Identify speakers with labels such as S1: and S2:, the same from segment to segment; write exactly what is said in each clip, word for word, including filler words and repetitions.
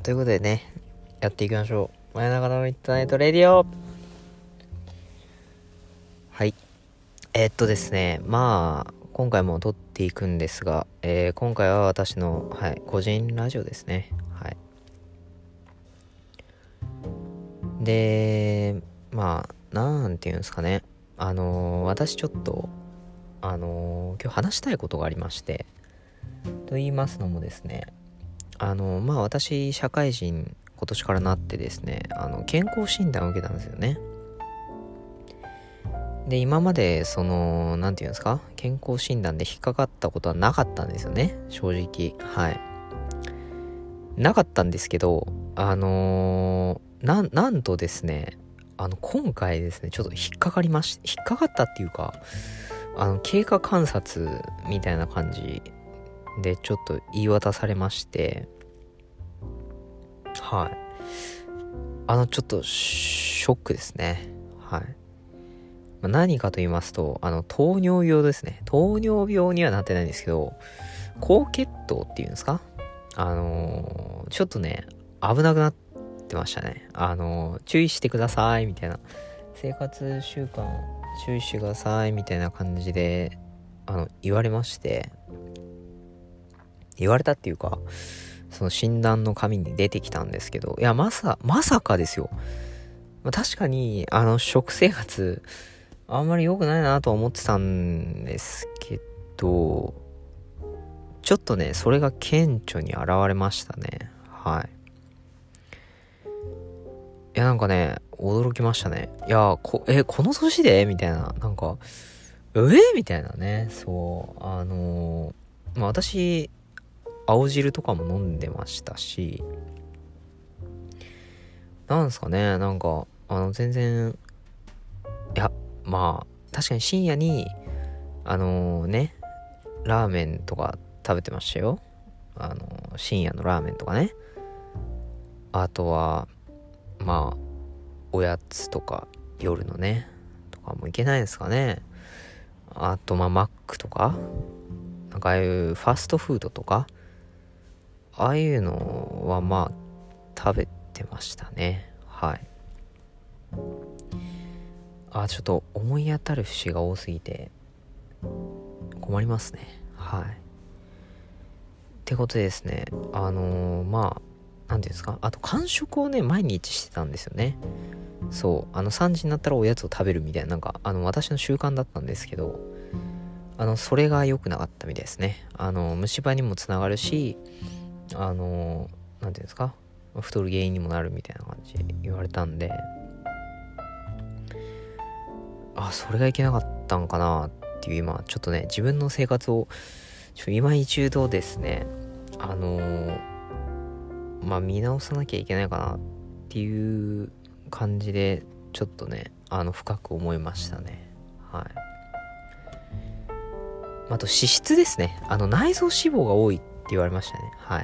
S1: ということでね、やっていきましょう。真夜中のミッドナイトレディオ。はい。えー、っとですね、まあ、今回も撮っていくんですが、えー、今回は私の、はい、個人ラジオですね。はい。で、まあ、なんていうんですかね。あのー、私ちょっと、あのー、今日話したいことがありまして、と言いますのもですね、あのー、まあ私、社会人、今年からなってですね、あの健康診断を受けたんですよね。で、今までそのなんていうんですか、健康診断で引っかかったことはなかったんですよね、正直。はいなかったんですけど、あのー、ななんとですね、あの今回ですね、ちょっと引っかかりまし引っかかったっていうか、あの経過観察みたいな感じでちょっと言い渡されまして、はいあのちょっとショックですね。はい。まあ、何かと言いますと、あの糖尿病ですね。糖尿病にはなってないんですけど、高血糖っていうんですか、あのー、ちょっとね危なくなってましたね。あのー、注意してくださいみたいな、生活習慣注意してくださいみたいな感じであの言われまして、言われたっていうか、その診断の紙に出てきたんですけど、いやまさまさかですよ。まあ、確かにあの食生活あんまり良くないなとは思ってたんですけど、ちょっとねそれが顕著に現れましたね。はいいやなんかね驚きましたね。いやこえこの年でみたいな、なんかえー、みたいなね。そうあのー、まあ私青汁とかも飲んでましたし、なんですかね、なんかあの全然、いやまあ確かに深夜にあのー、ねラーメンとか食べてましたよ。あのー、深夜のラーメンとかね。あとはまあおやつとか夜のねとかもいけないですかね。あとまあマックとか、なんかああいうファストフードとか、ああいうのはまあ食べてましたね。はい。あ、ちょっと思い当たる節が多すぎて困りますね。はい。ってことでですね、あのー、まあなんていうんですか、あと間食をね毎日してたんですよね。そうあのさんじになったらおやつを食べるみたいな、なんかあの私の習慣だったんですけど、あのそれが良くなかったみたいですね。あの虫歯にもつながるし、あのなんていうんですか、太る原因にもなるみたいな感じ言われたんで、あそれがいけなかったんかなっていう、今ちょっとね自分の生活をちょ今一度ですね、あのー、まあ見直さなきゃいけないかなっていう感じで、ちょっとねあの深く思いましたね。はい。あと脂質ですね。あの内臓脂肪が多いって言われましたね。はい。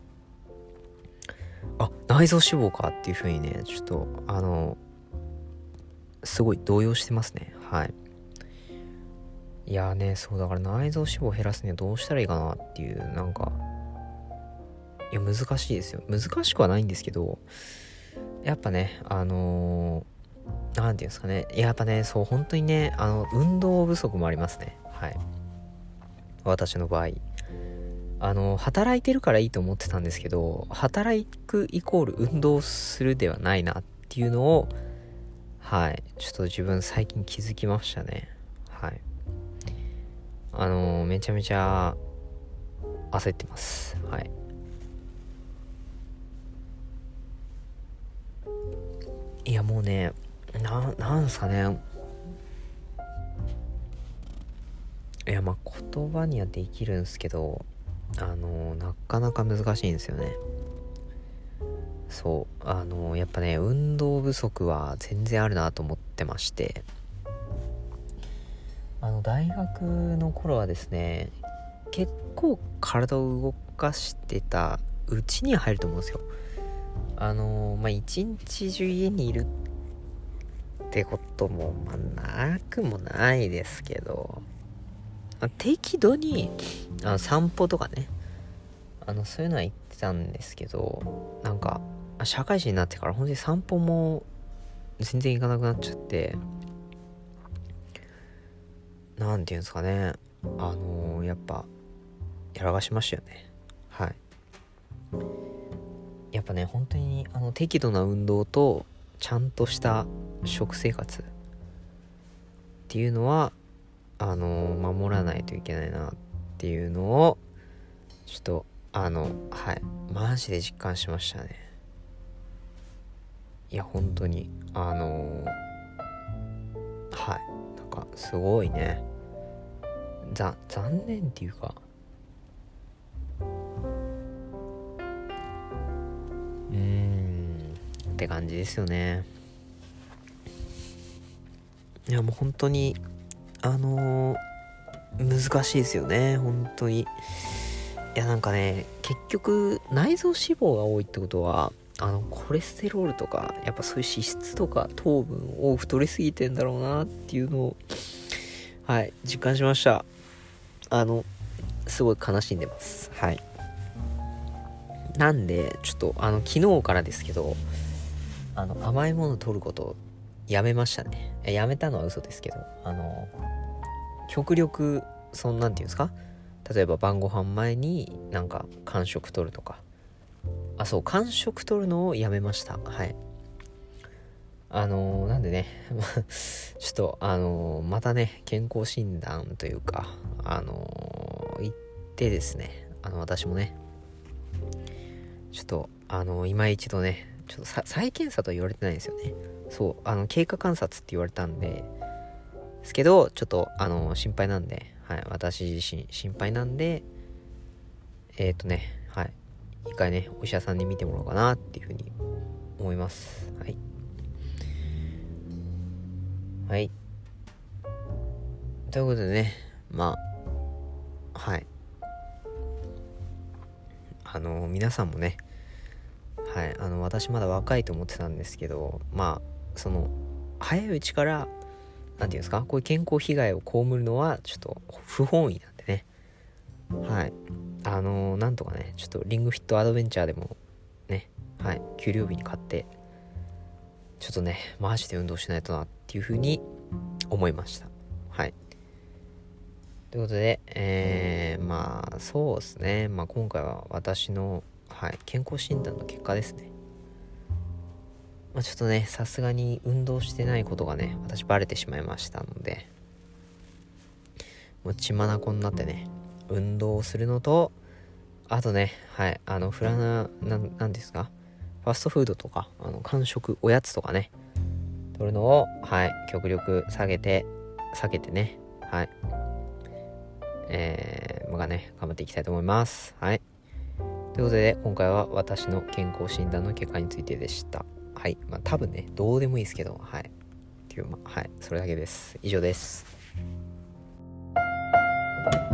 S1: あ、内臓脂肪かっていう風にね、ちょっとあのすごい動揺してますね。はい。いやーね、そうだから内臓脂肪を減らすにはどうしたらいいかなっていう、なんかいや難しいですよ。難しくはないんですけど、やっぱねあのー、なんていうんですかね、やっぱねそう本当にね、あの運動不足もありますね。はい。私の場合あの働いてるからいいと思ってたんですけど、働くイコール運動するではないなっていうのを、はいちょっと自分最近気づきましたね。はいあのめちゃめちゃ焦ってます。はいいやもうねななんすかね、いやまあ言葉にはできるんですけど、あのなかなか難しいんですよね。そうあのやっぱね運動不足は全然あるなと思ってまして、あの大学の頃はですね結構体を動かしてたうちには入ると思うんですよ。あのまあ一日中家にいるってこともまあなくもないですけど、適度にあの散歩とかね、 あのそういうのは言ってたんですけど、なんか社会人になってから本当に散歩も全然行かなくなっちゃって、なんていうんですかね、あのー、やっぱやらかしましたよね。はい。やっぱね、本当にあの適度な運動とちゃんとした食生活っていうのはあのー、守らないといけないなっていうのをちょっとあのはいマジで実感しましたね。いや本当にあのー、はいなんかすごいね、ざ残念っていうか、うーんって感じですよね。いやもう本当にあのー、難しいですよね本当に。いやなんかね、結局内臓脂肪が多いってことはあのコレステロールとかやっぱそういう脂質とか糖分を太りすぎてんだろうなっていうのをはい実感しました。あのすごい悲しんでます。はい。なんでちょっとあの昨日からですけど、あの甘いもの取ることやめましたね。やめたのは嘘ですけど、あの極力そんなんていうんですか、例えば晩ご飯前になんか間食取るとか、あそう間食取るのをやめました。はい。あのー、なんでねちょっとあのー、またね健康診断というかあのー、行ってですね、あの私もねちょっとあの今一度ねちょっと再検査とは言われてないんですよね。そうあの経過観察って言われたんでですけど、ちょっとあの心配なんで、はい、私自身心配なんで、えっ、ー、とね、はい、一回ねお医者さんに見てもらおうかなっていうふうに思います。はい、はい、ということでね、まあはいあの皆さんもね、はいあの私まだ若いと思ってたんですけど、まあその早いうちからなんていうんですか、こういう健康被害を被るのはちょっと不本意なんでね、はいあのー、なんとかねちょっとリングフィットアドベンチャーでもね、はい給料日に買ってちょっとねマジで運動しないとなっていう風に思いました。はいということで、えー、まあそうですね、まあ今回は私の、はい、健康診断の結果ですね。まあ、ちょっとねさすがに運動してないことがね私バレてしまいましたので、もう血眼になってね運動をするのと、あとねはいあのフラナなんなんですか、ファストフードとかあの間食おやつとかね取るのをはい極力下げて避けてね、はいえー、僕がね頑張っていきたいと思います。はいということで今回は私の健康診断の結果についてでした。はいまあ多分ねどうでもいいですけど、はいっていうまあはいそれだけです。以上です。